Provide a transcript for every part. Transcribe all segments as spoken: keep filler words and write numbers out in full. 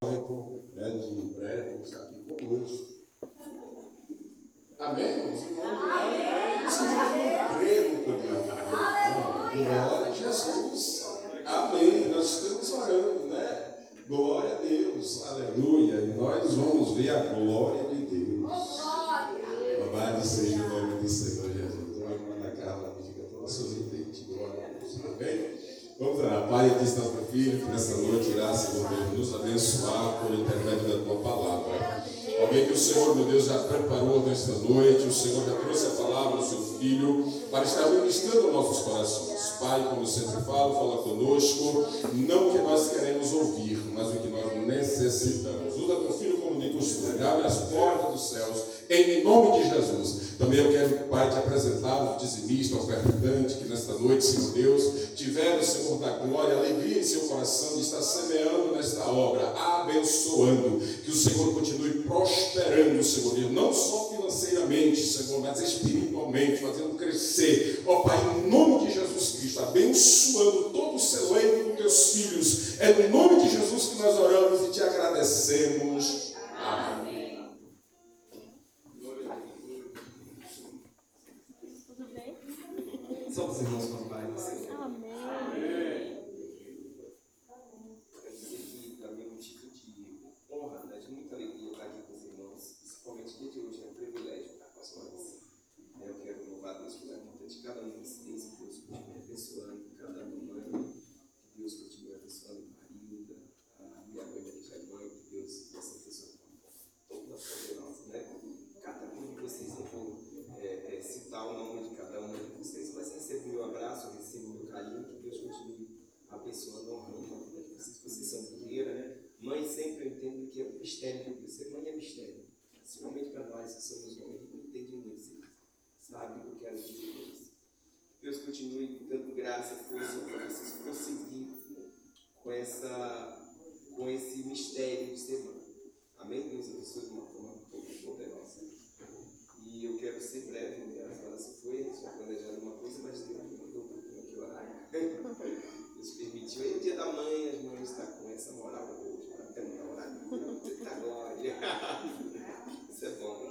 né, de breve, está aqui conosco. Amém? Amém. Vocês não creem comigo. Glória a Jesus. Amém. Nós estamos orando, né? Glória a Deus. Aleluia. E nós vamos ver a glória de Deus. Louvado seja o nome do Senhor Jesus. Olha como a Carla fica toda sorridente. Glória a Deus. Amém? Vamos orar. Pai, aqui está o teu filho, que nessa noite irá, Senhor Deus, nos abençoar por intermédio da tua palavra. Amém, que o Senhor, meu Deus, já preparou nesta noite, o Senhor já trouxe a palavra do seu filho para estar ministrando nossos corações. Pai, como eu sempre falo, fala conosco, não o que nós queremos ouvir, mas o que nós necessitamos. Usa teu filho como de costume, abre as portas dos céus, em nome de Jesus. Também eu quero, Pai, te apresentar o dizimista, o ofertante, que nesta noite, Senhor Deus, tiver o Senhor da glória, alegria em seu coração de estar semeando nesta obra, abençoando, que o Senhor continue prosperando, Senhor Deus, não só financeiramente, Senhor, mas espiritualmente, fazendo crescer, ó Pai, em nome de Jesus Cristo, abençoando todo o celeiro dos teus filhos. É no nome de Jesus que nós oramos e te agradecemos. Amém. Só os irmãos com a paz do Senhor. Amém. Quero dizer que para mim é um motivo de honra, né, de muita alegria estar aqui com os irmãos, principalmente dia de hoje, é um privilégio estar com as mães. Eu quero louvar Deus pela vida de cada um de vocês, que Deus continue abençoando cada mãe, que Deus continue abençoando a Marilda, a minha mãe, que já é mãe, que Deus possa abençoar toda a poderosa, né? Cada um de vocês, não vou é, é, citar o nome de cada uma de vocês, mas recebo meu abraço, recebo meu carinho, que Deus continue abençoando, honrando a vida de vocês. Vocês são guerreiras, né? Mãe sempre eu entendo que é um mistério de Deus. Ser mãe é mistério. Principalmente para nós que somos homens, não entendemos isso. Sabe o que eu quero dizer com isso? Deus continue dando graça e força para vocês prosseguir com, essa, com esse mistério de ser mãe. Amém? Deus abençoe de uma forma poderosa. E eu quero ser breve, né? A senhora se foi, tinha planejado uma coisa, mas Deus me mandou um pouquinho aqui o horário. Deus permitiu. Aí o dia da mãe, as mães estão com essa moral hoje, para terminar o horário. Eita glória! Isso é bom.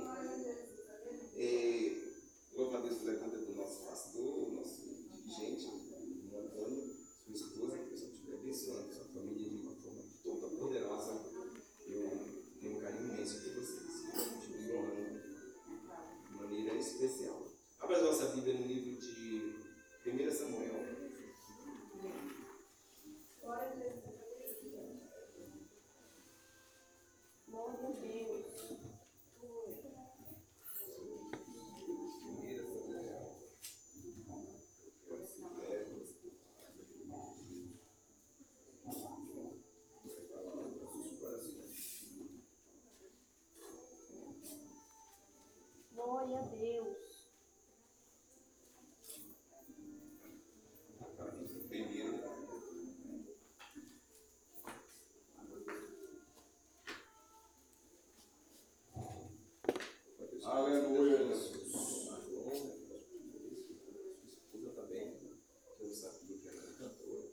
É, louvo a Deus pela vida do nosso pastor, nosso dirigente, o Antônio, sua esposa, que Deus continue abençoando sua família de uma forma toda poderosa. Eu tenho um carinho imenso por vocês. Continue honrando de maneira especial. Abra a nossa Bíblia no livro de primeiro Samuel. Glória a Deus. Glória a Deus. Glória a Deus. Primeiro. Aleluia. Sua esposa também, que eu sabia que era cantora.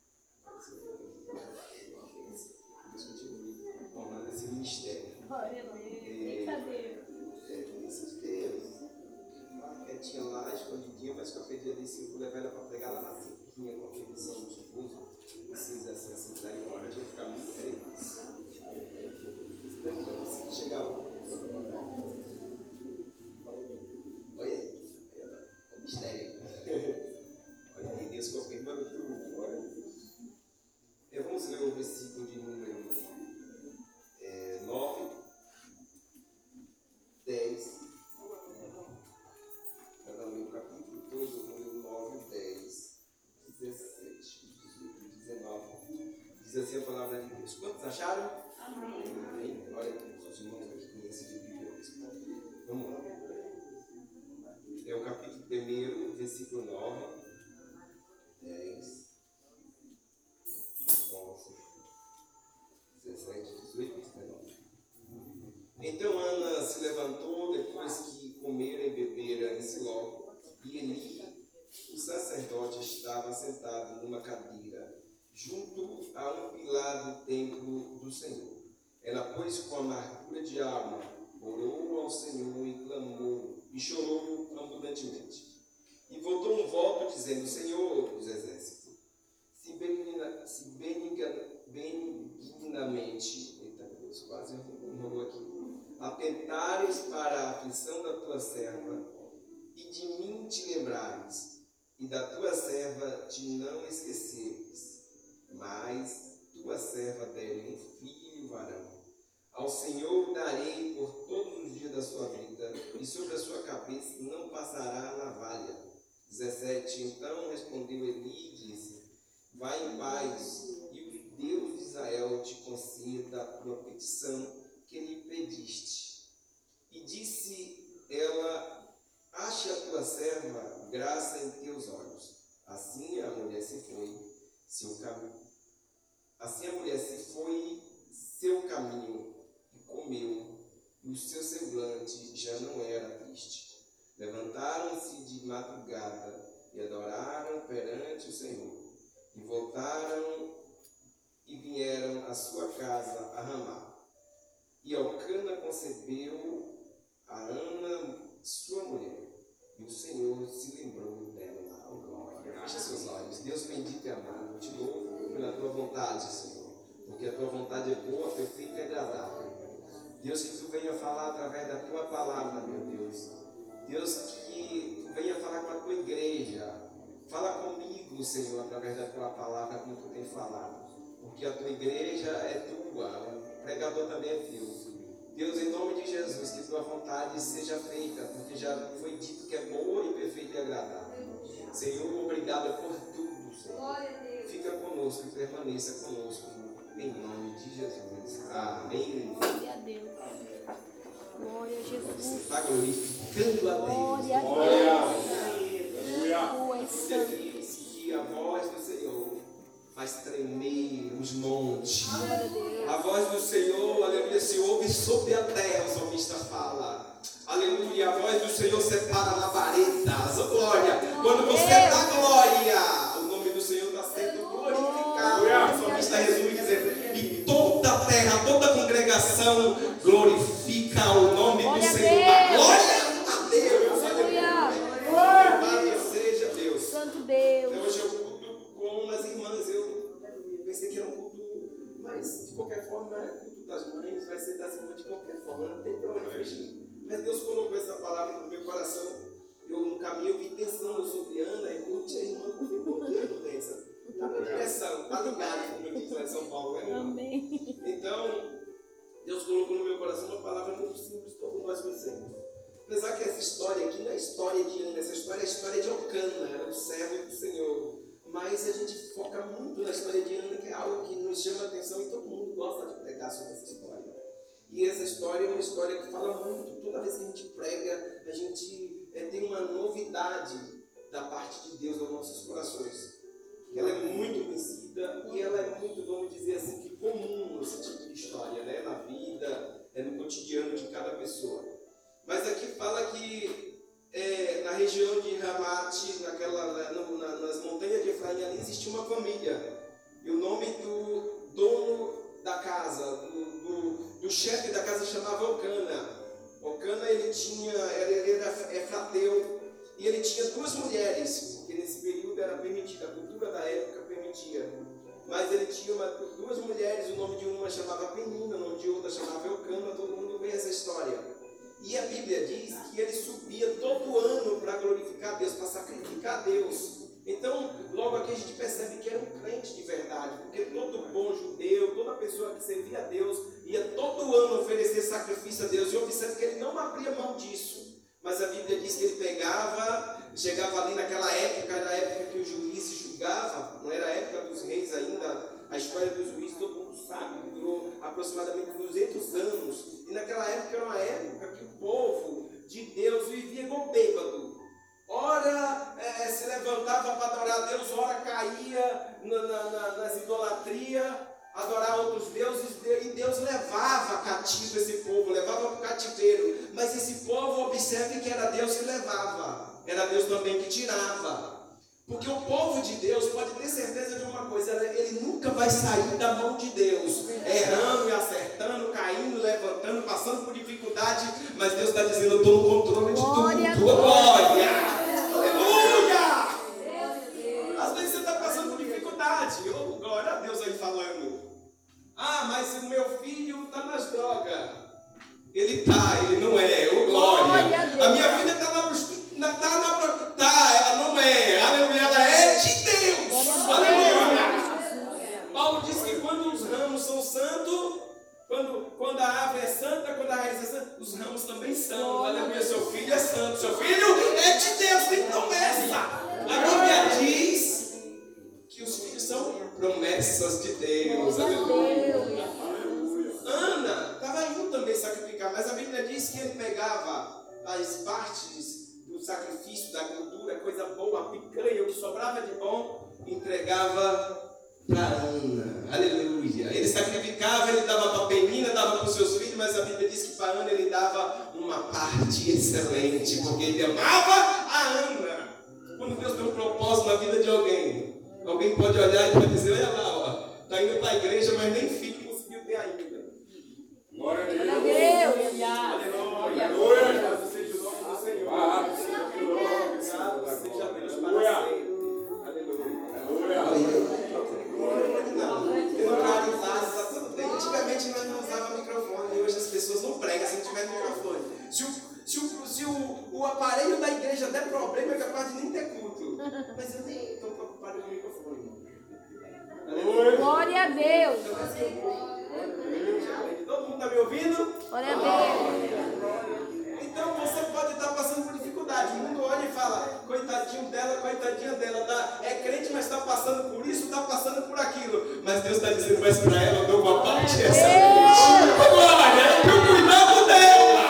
Deus continue honrando esse ministério. Glória a Deus. Eita Deus. É, esses Deus. Uma quietinha lá, escondidinha, mas que eu pedi ali, se eu vou levar ela para pregar lá na cerquinha com a permissão do esposo. Vocês assim, assim, daí uma hora eu ficar muito feliz. Então, se chegar lá. Olha aí, o mistério. Olha aí, Deus confirmando tudo. Glória a Deus. E vamos ler o versículo de número é, nove, dez. Cada um o capítulo todo, número nove, dez, dezessete, dezoito, dezenove. Diz assim a palavra de Deus. Quantos acharam? Amém. Amém. Olha aqui, os irmãos aqui conhecem de Bíblia. Vamos lá. É o capítulo primeiro, versículo nove, dez, onze, dezessete, dezoito e dezenove. Então Ana se levantou depois que comera e bebera em Siló, e Eli, o sacerdote, estava sentado numa cadeira junto a um pilar do templo do Senhor. Ela, pois, com amargura de alma, orou ao Senhor e clamou, e chorou abundantemente. E voltou um voto dizendo: Senhor dos exércitos, se, benigna, se beniga, benignamente, eita Deus, quase enrolou aqui, atentares para a aflição da tua serva, e de mim te lembrares, e da tua serva te não esqueceres, mas tua serva deve um filho varão. Ao Senhor darei por todos os dias da sua vida, e sobre a sua cabeça não passará navalha. dezessete. Então respondeu Eli e disse: vai em paz, e o Deus de Israel te conceda a tua petição que lhe pediste. E disse ela: ache a tua serva graça em teus olhos. Assim a mulher se foi, seu caminho. Assim a mulher se foi seu caminho e comeu, e o seu semblante já não era triste. Levantaram-se de madrugada e adoraram perante o Senhor, e voltaram e vieram à sua casa a Ramá. E Elcana concebeu a Ana, sua mulher, e o Senhor se lembrou dela. Oh, glória. Feche seus olhos. Deus bendito e amado, te louvo pela tua vontade, Senhor, porque a tua vontade é boa, perfeita e agradável. Deus, que tu venha falar através da tua palavra, meu Deus. Deus, que tu venha falar com a tua igreja. Fala comigo, Senhor, através da tua palavra, como tu tem falado. Porque a tua igreja é tua, o pregador também é teu. Deus, em nome de Jesus, que tua vontade seja feita, porque já foi dito que é boa e perfeita e agradável. Senhor, obrigado por tudo, Senhor. Fica conosco e permaneça conosco, em nome de Jesus. Amém. Glória a Deus. Glória a Jesus. Você está glorificando a Deus. Glória a Deus. Tu és santo. Diz que a voz do Senhor faz tremer os montes. Glória a Deus. A voz do Senhor, aleluia, se ouve sobre a terra, o salmista fala. Aleluia, a voz do Senhor separa labaredas. Oh, glória. Quando você dá glória, o nome do Senhor está sendo glorificado. O salmista resume dizendo: e toda a terra, toda a congregação glorifica o nome do Senhor. Glória a Deus. Aleluia. Louvado seja Deus. Santo Deus. Hoje eu culto com as irmãs. Eu pensei que era um culto, mas de qualquer forma, é culto das mães, vai ser das irmãs de qualquer forma, não tem problema, fechinho. Mas Deus colocou essa palavra no meu coração. Eu, no caminho, eu vi pensando sobre Ana e Ruth, a irmã, por que não pensa? Está na direção, está ligado, como diz lá em São Paulo, né, irmão? Amém. Então, Deus colocou no meu coração uma palavra muito simples, todos nós conhecemos. Apesar que essa história aqui não é história de Ana, essa história é a história de Elcana, era o servo do Senhor. Mas a gente foca muito na história de Ana, que é algo que nos chama a atenção e todo mundo gosta de pregar sobre essa história. E essa história é uma história que fala muito. Toda vez que a gente prega, a gente é, tem uma novidade da parte de Deus aos nossos corações. Ela é muito conhecida e ela é muito, vamos dizer assim, que comum esse tipo de história, né? Na vida, é no cotidiano de cada pessoa. Mas aqui fala que é, na região de Ramate, naquela, no, na, nas montanhas de Efraim, ali existia uma família. E o nome do dono da casa, do, do, do chefe da casa, chamava Elcana. Elcana, ele tinha, ele era efrateu, e ele tinha duas mulheres, porque nesse período era permitida, a cultura da época permitia. Mas ele tinha uma, duas mulheres, o nome de uma chamava Penina, o nome de outra chamava Elcana, todo mundo vê essa história. E a Bíblia diz que ele subia todo ano para glorificar a Deus, para sacrificar a Deus. Então, logo aqui a gente percebe que era um crente de verdade, porque todo bom judeu, toda pessoa que servia a Deus, ia todo ano oferecer sacrifício a Deus. E observe que ele não abria mão disso. Mas a Bíblia diz que ele pegava, chegava ali naquela época, era a época que o juiz julgava, não era a época dos reis ainda. A história dos juízes todo mundo sabe, que durou aproximadamente duzentos anos. E naquela época era uma época que o povo de Deus vivia igual bêbado. Ora é, se levantava para adorar a Deus, ora caía na, na, na, nas idolatrias, adorar outros deuses, e Deus levava cativo esse povo, levava para o cativeiro. Mas esse povo, observe que era Deus que levava, era Deus também que tirava. Porque o povo de Deus pode ter certeza de uma coisa, ele nunca vai sair da mão de Deus, errando e acertando, caindo dizendo, eu estou no controle de Glória tudo. a Glória! Aleluia! Às vezes você está passando por dificuldade. Oh, glória a Deus aí falando. Ah, mas o meu filho está nas drogas. Ele está, ele não é. Oh, glória! Glória a Deus. A minha filha está na Está na tá, ela não é, aleluia, ela é de Deus, aleluia. Paulo diz que quando os ramos são santos, quando, quando a árvore é santa, quando a raiz é santa, os ramos também são, aleluia. Seu filho é santo, seu filho é de Deus, tem promessa. A Bíblia diz que os filhos são promessas de Deus, aleluia. Ana estava indo também sacrificar, mas a Bíblia diz que ele pegava as partes do sacrifício, da gordura, coisa boa, a picanha, o que sobrava de bom, entregava para Ana, aleluia. Ele sacrificava, ele dava para Penina, dava para os seus filhos, mas a Bíblia diz que para Ana ele dava uma parte excelente, porque ele amava a Ana. Quando Deus tem um propósito na vida de alguém, alguém pode olhar e pode dizer, olha lá, ó, está indo para a igreja, mas nem filho conseguiu ter ainda. Glória a Deus. Aleluia. Aleluia. Seja o nome do Senhor. Ah, seja Deus para sempre. Aleluia. Eu não trago em casa, está tudo bem. Antigamente nós não usávamos microfone, e hoje as pessoas não pregam se não tiver microfone. Se, o, se, o, se o, o aparelho da igreja der problema, é capaz de nem ter culto. Mas eu nem estou preocupado com o microfone. Aleluia. Glória a Deus. Todo mundo está me ouvindo? Glória a Deus. Então você pode estar passando por dificuldade. O mundo olha e fala, coitadinho dela, coitadinha dela. Tá, é crente, mas está passando por isso, está passando por aquilo. Mas Deus está dizendo, mas para ela eu dou uma parte excelente. Glória, eu tenho cuidado dela.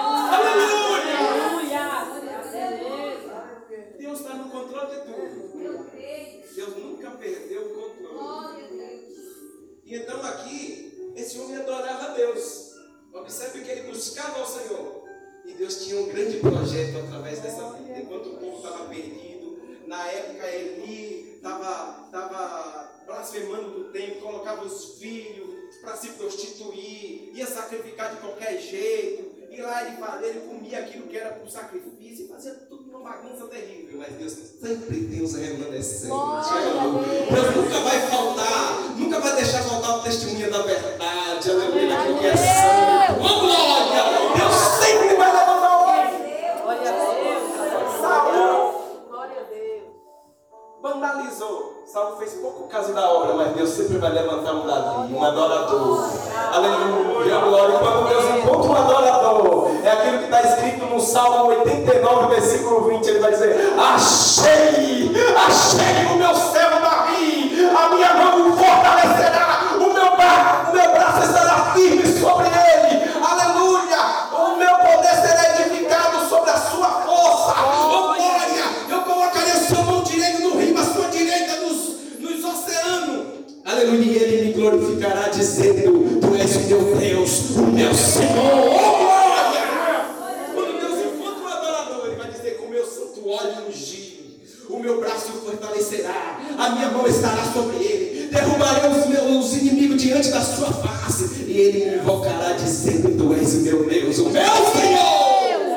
Aleluia. Deus está no controle de tudo. Deus nunca perdeu o controle. E então aqui, esse homem adorava a Deus. Observe que ele buscava ao Senhor. E Deus tinha um grande projeto através dessa vida. Enquanto o povo estava perdido, na época Eli estava estava blasfemando do templo, colocava os filhos para se prostituir, ia sacrificar de qualquer jeito. E lá ele, ele comia aquilo que era para o sacrifício e fazia tudo uma bagunça terrível. Mas Deus sempre tem os remanescentes. Deus nunca vai faltar, nunca vai deixar faltar o testemunho da verdade. Aleluia, daquilo que é santo. Oh, glória! Deus sempre vai levantar o Glória a Deus. Saul Glória a Deus. vandalizou. Saul fez pouco caso da obra, mas Deus sempre vai levantar um Davi, um adorador. Aleluia, glória. Quando Deus encontra um adorador, é aquilo que está escrito no Salmo oitenta e nove, versículo vinte. Ele vai dizer: achei, achei o meu servo Davi, a minha mão o fortalecerá, o meu braço, o meu braço estará firme sobre ele. Aleluia, o meu poder será edificado sobre a sua força. Oh, glória, eu colocarei a sua mão direita no rio, a sua direita nos, nos oceanos. Aleluia, e ele me glorificará dizendo: tu és o meu Deus, o meu Senhor. Oh, glória! Quando Deus encontra um adorador, ele vai dizer: com o meu santo óleo ungido, o meu braço o fortalecerá, a minha mão estará sobre ele, derrubarei os meus inimigos diante da sua face, e ele me invocará dizendo: tu és o meu Deus, o meu Senhor.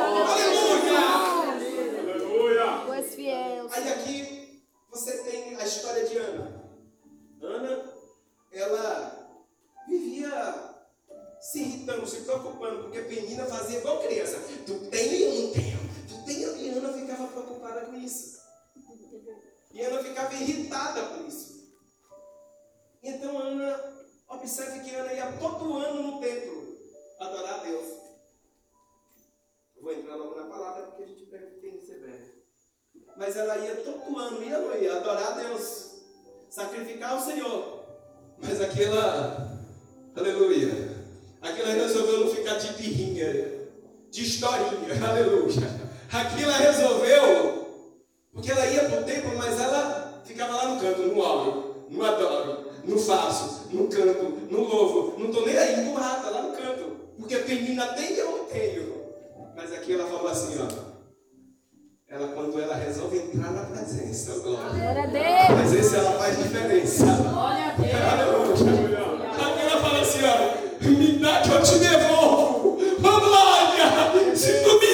Aleluia! Tu és fiel. Aí aqui você tem a história de Ana. Ana, ela vivia se irritando, se preocupando, porque Penina fazia igual criança. Tu tem ou não tem? Tu tem? E Ana ficava preocupada com isso. E Ana ficava irritada por isso. Então Ana, observe que Ana ia todo ano no templo adorar a Deus. Eu vou entrar logo na palavra porque a gente pega o que tem receber. Mas ela ia todo ano, ia não ia, adorar a Deus, sacrificar ao Senhor. Mas aquela, aleluia, aquela resolveu não ficar de birrinha, de historinha, aleluia. Aquilo resolveu, porque ela ia para o templo, mas ela ficava lá no canto, no óleo, no adoro, no faço, no canto, no louvo, não estou nem aí, empurrada lá no canto, porque Penina tem eu não tenho. Mas aqui ela falou assim, ó. Ela, quando ela resolve entrar na presença, glória. Glória a A Deus. presença, ela faz diferença. Glória a Deus. Aleluia. Aqui ela fala assim, ó. Me dá que eu te devolvo. Oh, glória. Se tu me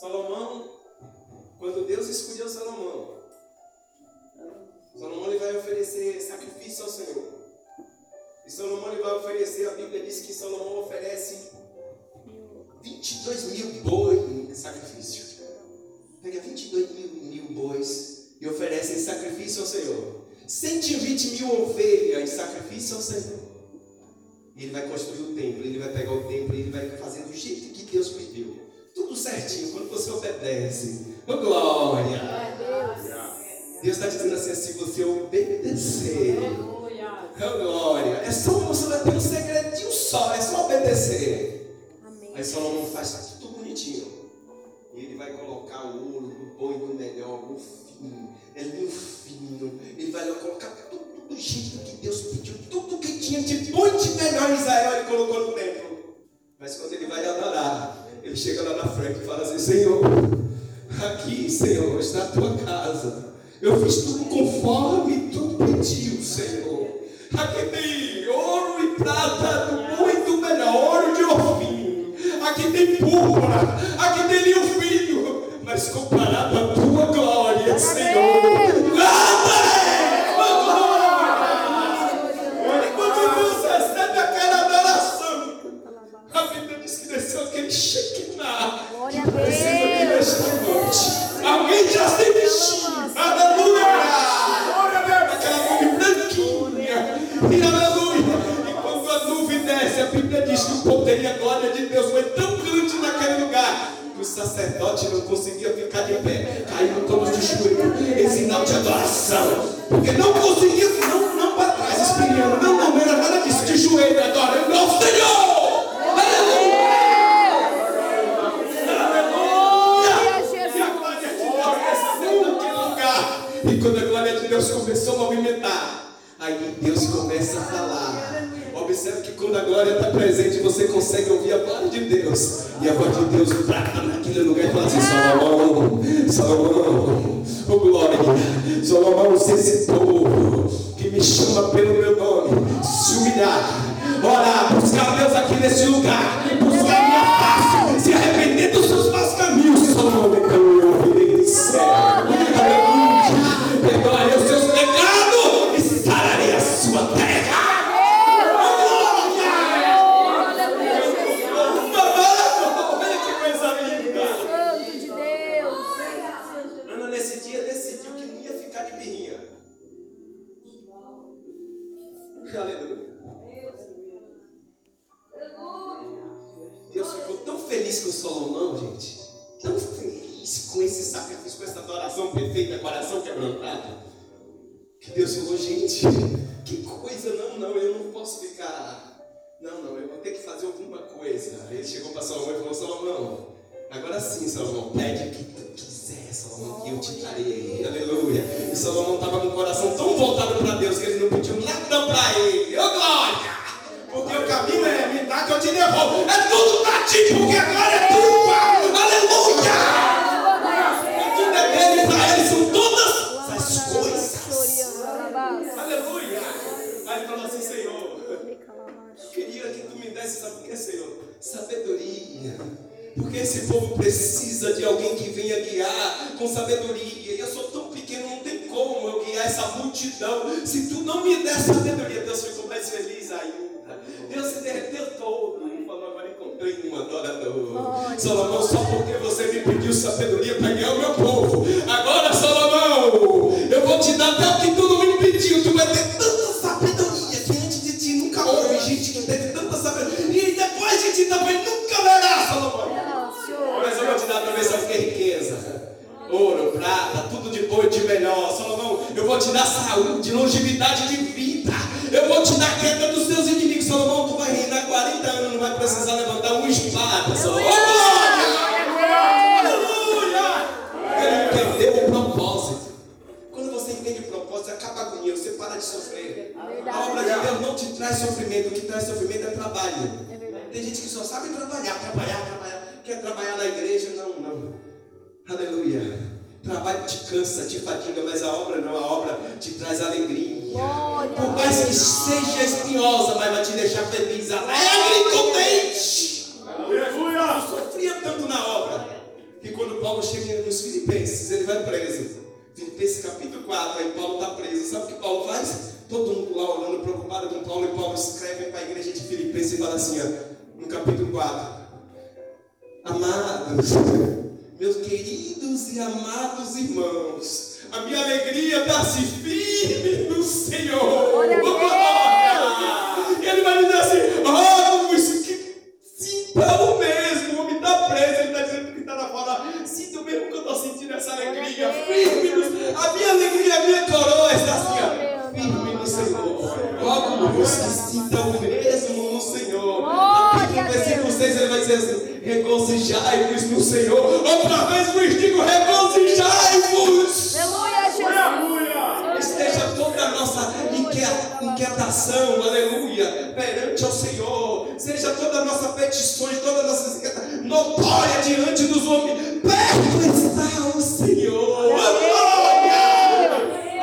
Salomão, quando Deus escolheu Salomão, Salomão ele vai oferecer sacrifício ao Senhor. E Salomão ele vai oferecer, a Bíblia diz que Salomão oferece vinte e dois mil bois em sacrifício. Pega vinte e dois mil, mil bois e oferece em sacrifício ao Senhor. cento e vinte mil ovelhas em sacrifício ao Senhor. E ele vai construir o templo, ele vai pegar o templo e ele vai fazer do jeito que Deus pediu. Tudo certinho, quando você obedece. Oh, glória! Deus está dizendo assim, se você obedecer. Oh, glória! É só, você vai ter um segredinho só, é só obedecer. Amém. Aí Salomão faz tudo bonitinho. E ele vai colocar o ouro do bom e do melhor, o fino, é linho fino. Ele vai colocar tudo do jeito que Deus pediu, tudo que tinha de bom e de melhor em Israel, ele colocou no templo. Mas quando ele vai adorar, ele chega lá na frente e fala assim: Senhor, aqui, Senhor, está a tua casa. Eu fiz tudo conforme tu pediu, Senhor. Aqui tem ouro e prata do bom e do melhor, ouro de Ofim. Aqui tem púrpura, aqui tem linho fino. Mas comparado à tua glória, Senhor, nada é! Quando Deus recebe aquela adoração, a Bíblia diz que desceu aquele Shekinah que precisa vir nesta noite. Alguém já se vestiu, aleluia! Aquela nuvem branquinha, e aleluia! E quando a nuvem desce, a Bíblia diz que o poder e a glória de Deus foi tão grande naquele lugar que o sacerdote não conseguia ficar de pé, caíram todos de joelho em sinal de adoração, porque não conseguia, não, não para trás, espinhando, não, não, não era nada disso, de joelho adorando ao Senhor! E quando a glória de Deus começou a movimentar, aí Deus começa a falar. Observe que quando a glória está presente, você consegue ouvir a voz de Deus. E a voz de Deus brata naquele lugar e fala assim: Salomão, Salomão, oh glória, Salomão, se esse povo que me chama pelo meu nome se humilhar, orar, buscar Deus aqui nesse lugar, buscar a minha face, se arrepender dos seus maus caminhos, Salomão, então eu ouvirei do céu. Perdoarei os seus pecados e sararei a sua terra. Olha que coisa linda. Santo de Deus. Ana nesse dia decidiu que não ia ficar de birrinha. Aleluia. Deus ficou tão feliz com Salomão, gente. Tão feliz com esse sacrifício, com essa adoração perfeita, coração quebrantado, que Deus falou: gente, que coisa, não, não, eu não posso ficar, não, não, eu vou ter que fazer alguma coisa. Aí ele chegou para Salomão e falou: Salomão, agora sim, Salomão, pede o que tu quiser, Salomão, que eu te darei, aleluia. E Salomão estava com o coração tão voltado para Deus que ele não pediu nada para ele, ô glória, porque o caminho é me dar que eu te devolvo, é tudo para ti, porque a glória é tua, aleluia. Para eles são todas as coisas. Aleluia. Aí ele falou assim: Senhor, eu queria que tu me desse, sabe o que, Senhor? Sabedoria. Porque esse povo precisa de alguém que venha guiar com sabedoria. E eu sou tão pequeno, não tem como eu guiar essa multidão. Se tu não me der sabedoria, Deus ficou mais feliz ainda. Deus se derreteu todo e falou: agora encontrei um adorador. Salomão, só porque você me pediu sabedoria para guiar o meu povo. Agora, Salomão, eu vou te dar até o que tu não me pediu. Tu vai ter tanta sabedoria que antes de ti nunca houve gente que teve tanta sabedoria. E depois de ti também nunca verá, Salomão. Mas eu vou te dar também, sabe o que é riqueza? Ouro, prata, tudo de bom e de melhor. Salomão, eu vou te dar saúde, longevidade de vida. Eu vou te dar queda dos teus inimigos. Salomão, tu vai reinar quarenta anos, não vai precisar levantar uma espada. Salomão, aleluia! Ele entendeu o propósito. Quando você entende o propósito, acaba a agonia, você para de sofrer. A obra de Deus não te traz sofrimento, o que traz sofrimento é trabalho. Tem gente que só sabe trabalhar, trabalhar, trabalhar. Quer trabalhar na igreja? Não, não. Aleluia. Trabalho te cansa, te fadiga, mas a obra não, a obra te traz alegria. Por mais que seja espinhosa, mas vai te deixar feliz, alegre e contente. Aleluia. Eu sofria tanto na obra. que quando Paulo chega nos Filipenses, ele vai preso. Filipenses capítulo quatro, aí Paulo está preso. Sabe o que Paulo faz? Todo mundo lá olhando, preocupado com Paulo, e Paulo escreve para a igreja de Filipenses e fala assim, ó, no capítulo quatro: amados, meus queridos e amados irmãos, a minha alegria está-se firme no Senhor. Glória a Deus. E ele vai dizer assim: oh, que sinta o mesmo. O homem está preso, ele está dizendo que está lá fora. Sinta o mesmo que eu estou sentindo essa alegria. Firme no... A minha alegria, a minha coroa está assim, ó, firme no Senhor. Logo, os que sintam o mesmo no Senhor. No versículo seis ele vai dizer assim: regozijai-vos no Senhor. Outra vez vos digo, regozijai-vos. Aleluia, Jesus. Esteja toda a nossa inquietação, aleluia, perante ao Senhor. Seja toda a nossa petições, toda a nossa notória diante dos homens. Perto está o Senhor. Aleluia.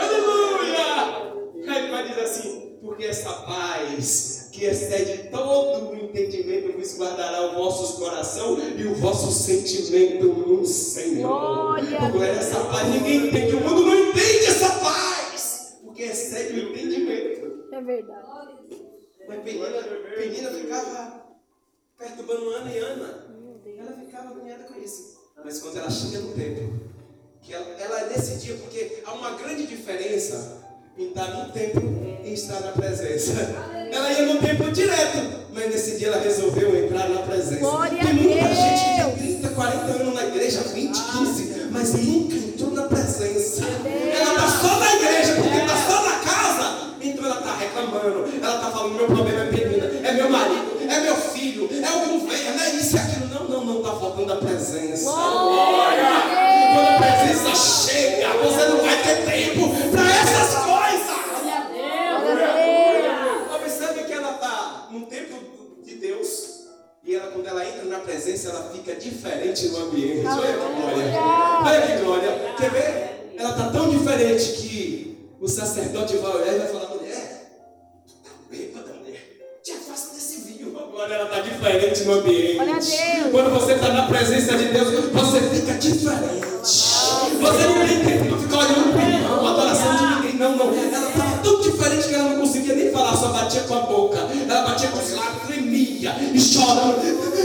Aleluia. Aí ele vai dizer assim: porque essa paz que excede todo o entendimento vos guardará o vosso coração e o vosso sentimento no Senhor. Porque essa paz ninguém entende, o mundo não entende essa paz, porque excede o entendimento. É verdade. Mas Penina, Penina ficava perturbando Ana e Ana. Ela ficava agoniada com isso. Mas quando ela chega no templo, que ela, ela decidia, porque há uma grande diferença em estar no templo e estar na presença. Ela ia no templo direto, mas nesse dia ela resolveu entrar na presença. Glória Tem muita a Deus. gente que tem trinta, quarenta anos na igreja, vinte, quinze, mas nunca entrou na presença. Ela está só na igreja, porque está só na casa. Então ela está reclamando, ela está falando: meu problema é Penina, é meu marido, é meu filho, é o governo, é isso e aquilo. Não, não, não, está faltando a presença. Glória a Deus. Quando a presença chega, você não vai ter tempo para essas coisas. Glória a Deus. Observe que ela está no templo de Deus, e ela, quando ela entra na presença, ela fica diferente no ambiente. Olha que glória. Olha que glória. Quer ver? Ela está tão diferente que o sacerdote vai olhar e vai falar: mulher, tu tá bêbada, mulher. Te afasta desse vinho. Agora ela está diferente no ambiente. Glória a Deus. Quando você está na presença de Deus, você fica diferente. Você não tem tempo de ficar olhando para a adoração de ninguém. Não, não. Ela estava tão diferente que ela não conseguia nem falar, só batia com a boca. Ela batia com os lábios, tremia e chorando.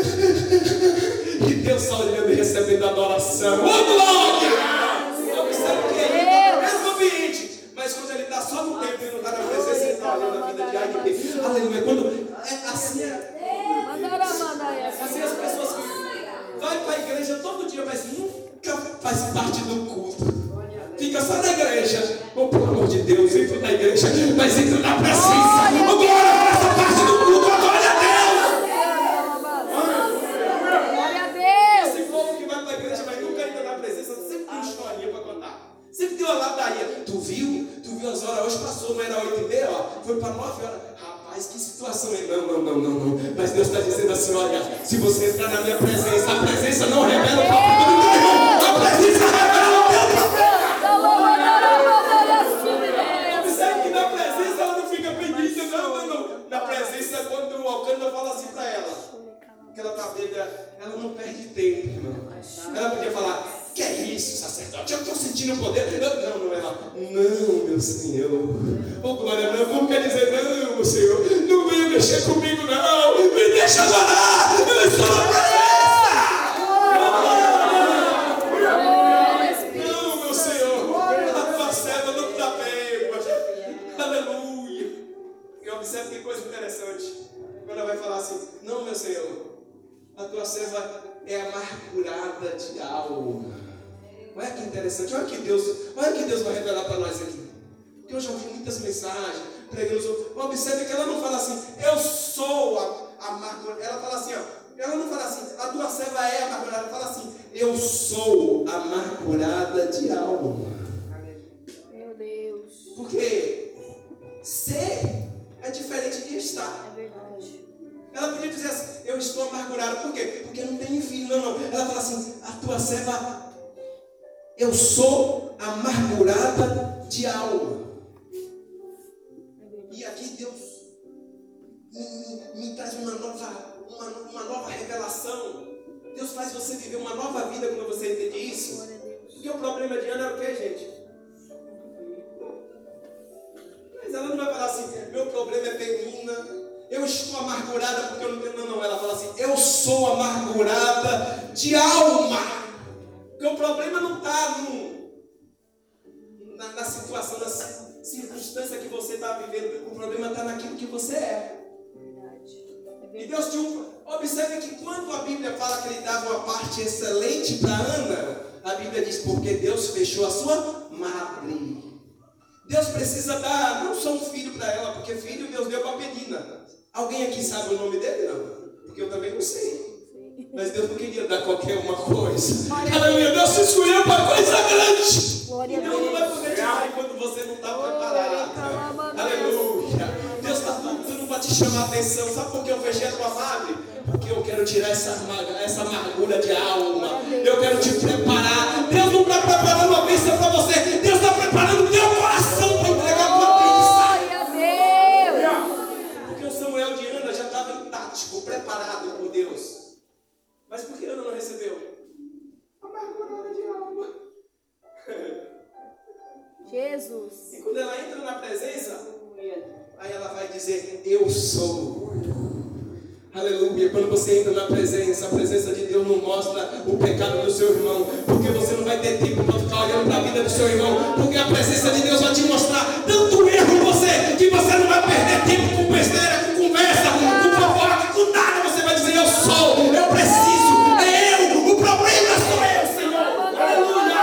E Deus só olhando e recebendo a adoração. Ô, glória! Observe que ele está no mesmo ambiente, mas quando ele está só no tempo e não está na presença, ele está olhando a vida de Ai. Aleluia. Quando é assim, é, assim as pessoas que vai para a igreja todo dia, mas nunca faz parte do culto. Fica só na igreja. Oh, pelo amor de Deus, entra na igreja, mas entra na presença. Oh, glória para essa parte do culto. Oh, glória a Deus. Glória a Deus. Esse povo que vai para a igreja, mas nunca entra na presença, sempre tem uma historinha para contar. Sempre tem uma ladainha. Tu viu? Tu viu as horas? Hoje passou, não era oito e meia, ó. Foi para nove horas. Rapaz, que situação é? Não, não, não, não, não. Mas Deus está dizendo assim: olha, se você entrar na minha presença, a presença não revela o papo do teu irmão. A presença revela o teu problema. Observe que na presença ela não fica pedida, não, não, não. Na presença, quando o Alcântara fala assim para ela, que ela está vendo, ela não perde tempo, irmão. Ela podia falar: que é isso, sacerdote? Eu estou sentindo o poder. Não, não, ela, não, meu Senhor. Ô, glória, não, como quer dizer, não, meu Senhor, não venha mexer comigo, não. Me deixa adorar, eu estou na presença. Não, meu Senhor, a tua serva não está bem. Aleluia. E observe que coisa interessante. Quando ela vai falar assim: não, meu Senhor, a tua serva é amargurada de alma. Olha que interessante, olha que Deus, olha que Deus vai revelar para nós aqui. Porque eu já ouvi muitas mensagens, pregando. Observe que ela não fala assim: eu sou a amargurada. Ela fala assim, ó, ela não fala assim: a tua serva é amargurada. Ela fala assim: eu sou amargurada de alma. Meu Deus. Porque ser é diferente de estar. É verdade. Ela podia dizer assim: eu estou amargurada. Por quê? Porque não tenho filho. Não, não. Ela fala assim: a tua serva, eu sou amargurada de alma. E aqui Deus me, me, me traz uma nova, uma, uma nova revelação. Deus faz você viver uma nova vida quando você entende isso. Porque o problema de Ana era o que, gente? Mas ela não vai falar assim, meu problema é Penina, eu estou amargurada porque eu não tenho. Não, não. Ela fala assim, eu sou amargurada de alma. Porque o problema não está na, na situação, na circunstância que você está vivendo. O problema está naquilo que você é. E Deus tinha um... Observe que quando a Bíblia fala que ele dava uma parte excelente para Ana, a Bíblia diz porque Deus fechou a sua madre. Deus precisa dar não só um filho para ela, porque filho Deus deu para a Penina. Alguém aqui sabe o nome dele? Não. Porque eu também não sei. Mas Deus não queria dar qualquer uma coisa. Aleluia. Deus se escolheu para coisa grande. Glória E a Deus não vai Deus. poder te dar enquanto você não está preparado. Aleluia. Deus está tudo para te chamar a atenção. Sabe por que eu fechei a tua madre? Porque eu quero tirar essa, essa amargura de alma. Eu quero te preparar. Deus não está preparando uma bênção para você. Deus está preparando o teu coração para entregar a tua bênção. Glória a Deus. Porque o Samuel de Ana já estava em tático, preparado por Deus. Mas por que Ana não recebeu? Amargura de alma. Jesus. E quando ela entra na presença, aí ela vai dizer, eu sou. Aleluia. Quando você entra na presença, a presença de Deus não mostra o pecado do seu irmão. Porque você não vai ter tempo para ficar olhando para a vida do seu irmão. Porque a presença de Deus vai te mostrar tanto erro em você, que você não vai perder tempo com besteira, com conversa, com fofoca, com nada. Você vai dizer, eu sou, eu preciso, é eu, o problema sou eu, Senhor. Aleluia.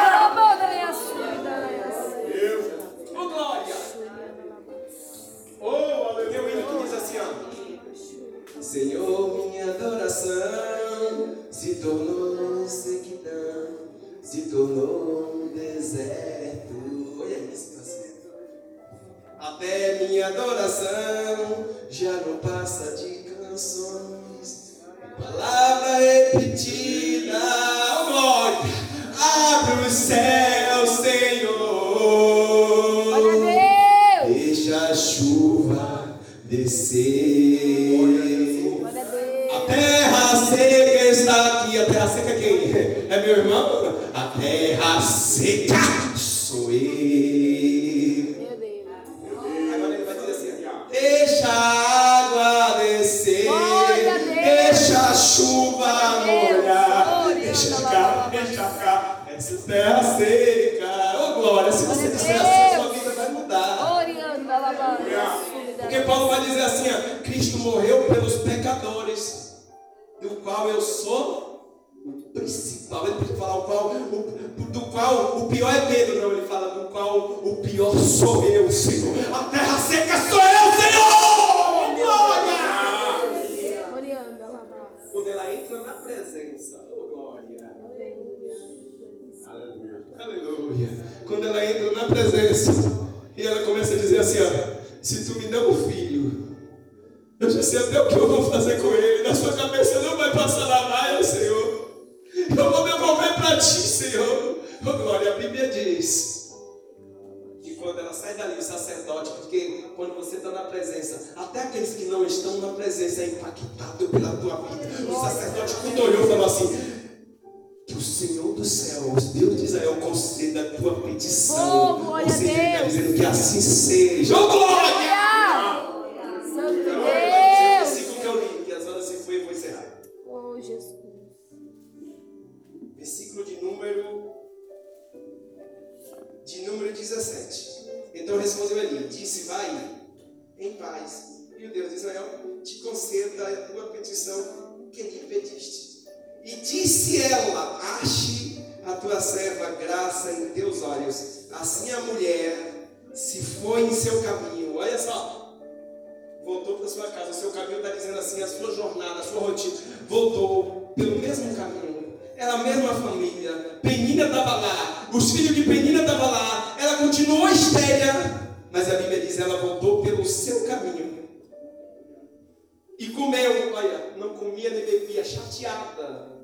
Oh, glória. Oh, aleluia. Tem um hino que diz assim, ó. Senhor, minha adoração se tornou sequidão, se tornou um deserto. Olha isso, assim. Até minha adoração já não passa de canções, palavra repetida. Oh, glória! Abre os céus, Senhor. Deixa a chuva descer. A terra seca está aqui. A terra seca quem? É meu irmão? A terra seca sou eu. Meu Deus. Agora ele vai dizer assim: deixa a água descer. Glória a Deus. Deixa a chuva molhar. Glória. Deixa cá, deixa cá. Essa terra seca. Ô, glória, se você disser assim, sua vida vai mudar. Orianda, lavanda. Porque Paulo vai dizer assim, ó, Cristo morreu pelos pecadores, do qual eu sou o principal. Ele pode falar o qual, o, do qual o pior é Pedro, não, ele fala do qual o pior sou eu, Senhor. A terra seca sou eu, Senhor! Glória! Orianda, lavanda. Quando ela entra na presença, oh glória! Aleluia. Aleluia! Quando ela entra na presença, e ela começa a dizer assim, ó, se tu me der um filho, eu já sei até o que eu vou fazer com ele. Na sua cabeça não vai passar na malha, Senhor. Eu vou devolver para ti, Senhor. Oh, glória, a Bíblia diz que quando ela sai dali, o sacerdote, porque quando você está na presença, até aqueles que não estão na presença é impactado pela tua vida. O sacerdote, quando olhou, falou assim, que o Senhor dos céus, Deus de Israel, conceda a tua petição. Oh, glória Ou seja, a ele está Deus. dizendo que assim seja. Oh, glória! Santo O Deus. versículo que eu li, que as horas se foi, eu vou encerrar. Oh, Jesus. Versículo de número de número dezessete. Então respondeu Eli, disse, vai em paz, e o Deus de Israel te conceda a tua petição que lhe pediste. E disse ela, ache a tua serva graça em teus olhos. Assim a mulher se foi em seu caminho. Olha só, voltou para sua casa. O seu caminho está dizendo assim, a sua jornada, a sua rotina. Voltou pelo mesmo caminho. Era a mesma família. Penina estava lá. Os filhos de Penina estavam lá. Ela continuou estéril. Mas a Bíblia diz, ela voltou pelo seu caminho. E comeu, olha, não comia nem bebia, chateada.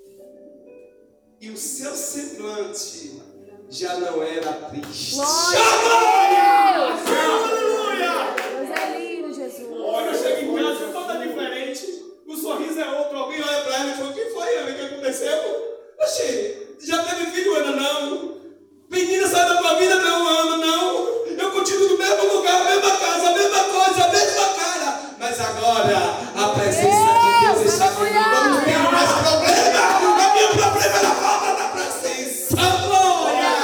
E o seu semblante já não era triste. Glória a Deus. Aleluia! Deus é lindo, Jesus. Olha, eu chego em casa toda diferente. O sorriso é outro. Alguém olha para ela e fala, o que foi, Ana? O que aconteceu? cresceu. Oxê, já teve filho, Ana? Não. Menina, sai da tua vida, não, Ana, não. Eu continuo no mesmo lugar, mesma casa, mesma coisa, mesma cara. Mas agora a presença de Deus está comigo. Eu não tenho mais problema. O meu problema é a falta da presença. Glória!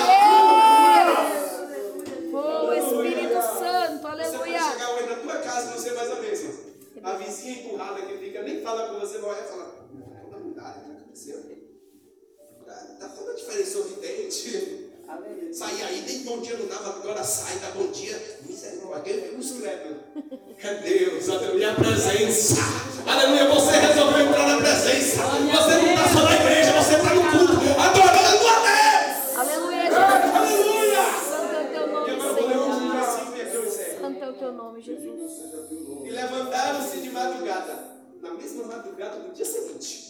Oh, Espírito Santo, Você pode aleluia. chegar hoje na tua casa e não ser mais a mesma. A vizinha empurrada que fica, nem fala com você, vai olhar e fala: toda mudada, o que aconteceu? Está toda diferença sorridente. Sai aí, nem bom dia não dava, agora sai, dá bom dia. Misericórdia, quem me escreve? É Deus, aleluia, a presença. Aleluia, você resolveu entrar na presença. Você não está só na igreja, você está no culto, adorando a Deus. Aleluia, Jesus. Aleluia. Santo é o teu nome, E agora eu vou ler o último Senhor. versículo e aqui eu encerro. Santo é o teu nome, Jesus. E levantaram-se de madrugada, na mesma madrugada do dia seguinte,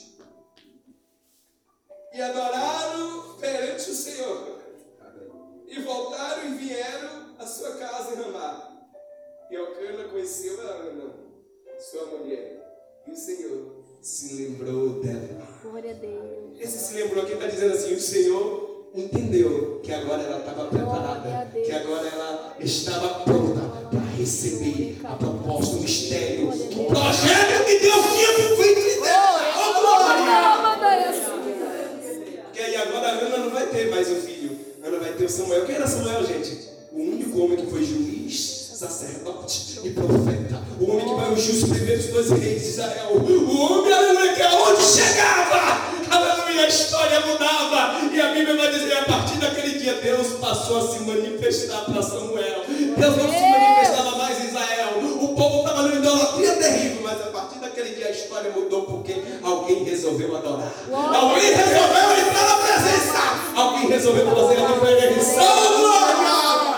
e adoraram perante o Senhor. E voltaram e vieram à sua casa em Ramá. E Elcana conheceu a Ana, sua mulher. E o Senhor se lembrou dela. Glória a Deus. Esse se lembrou aqui está dizendo assim: o Senhor entendeu que agora ela estava preparada, que agora ela estava pronta para receber a proposta, o mistério, o projeto que Deus tinha feito dela. Oh, glória! Porque aí agora a Ana não vai ter mais o filho. Ana vai ter o Samuel. Quem era Samuel, gente? O único homem que foi juiz, sacerdote e profeta. O homem que vai ungir os primeiros dois reis de Israel. O homem, aleluia, que aonde chegava, aleluia, a história mudava. E a Bíblia vai dizer: a partir daquele dia, Deus passou a se manifestar para Samuel. Deus não se manifestava mais em Israel. O povo estava numa idolatria terrível, mas a partir daquele dia a história mudou porque alguém resolveu adorar. Alguém resolveu entrar na presença. Alguém resolveu fazer a diferença. Glória!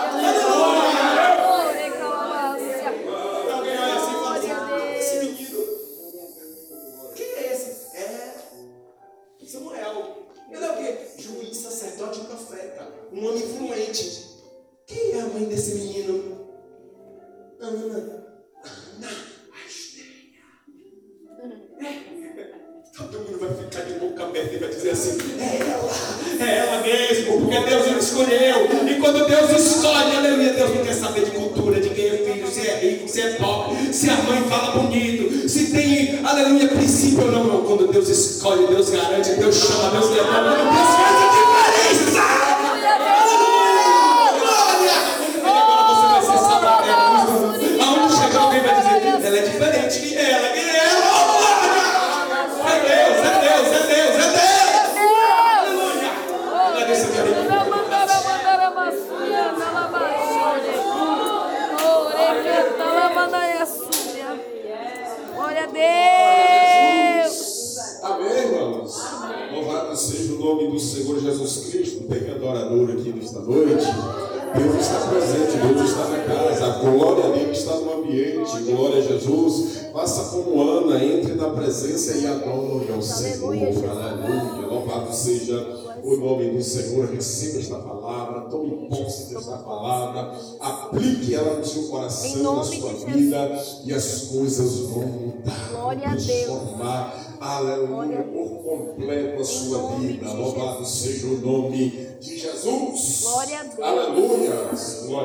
Alguém olha assim e fala assim: esse menino, quem é esse? É Samuel. Ele é o quê? Juiz, sacerdote e profeta. Um homem influente. Quem é a mãe desse menino? Ana. Ana, a estranha. Todo mundo vai ficar de boca aberta e vai dizer assim: é ela, é ela mesmo, porque Deus o escolheu. E quando Deus escolhe, aleluia, Deus não quer saber de cultura, de quem é filho, se é rico, se é pobre, se a mãe fala bonito, se tem, aleluia, princípio ou não, não. Quando Deus escolhe, Deus garante, Deus chama, Deus levanta, Deus faz a diferença. Glória! E agora você vai ser salvo mesmo. Aonde chegar, alguém vai dizer: ela é diferente, quem é ela? Quem é ela? Oh, glória! É Deus, é Deus, é Deus, é Deus! Aleluia! Agradeça, meu amigo. Glória a Deus. Amém, irmãos? Louvado seja o nome do Senhor Jesus Cristo, tem adorador aqui nesta noite. Deus está presente, Deus está na casa, a glória dele está no ambiente. Glória a Jesus. Faça como Ana, entre na presença e adore ao Senhor. Aleluia. Louvado seja o nome do Senhor. Receba esta palavra, tome posse desta palavra, aplique ela no seu coração, na sua vida, e as coisas vão mudar, Glória a Deus. transformar. Aleluia, por completo a sua vida. Louvado seja o nome de Jesus. Glória a Deus. Aleluia.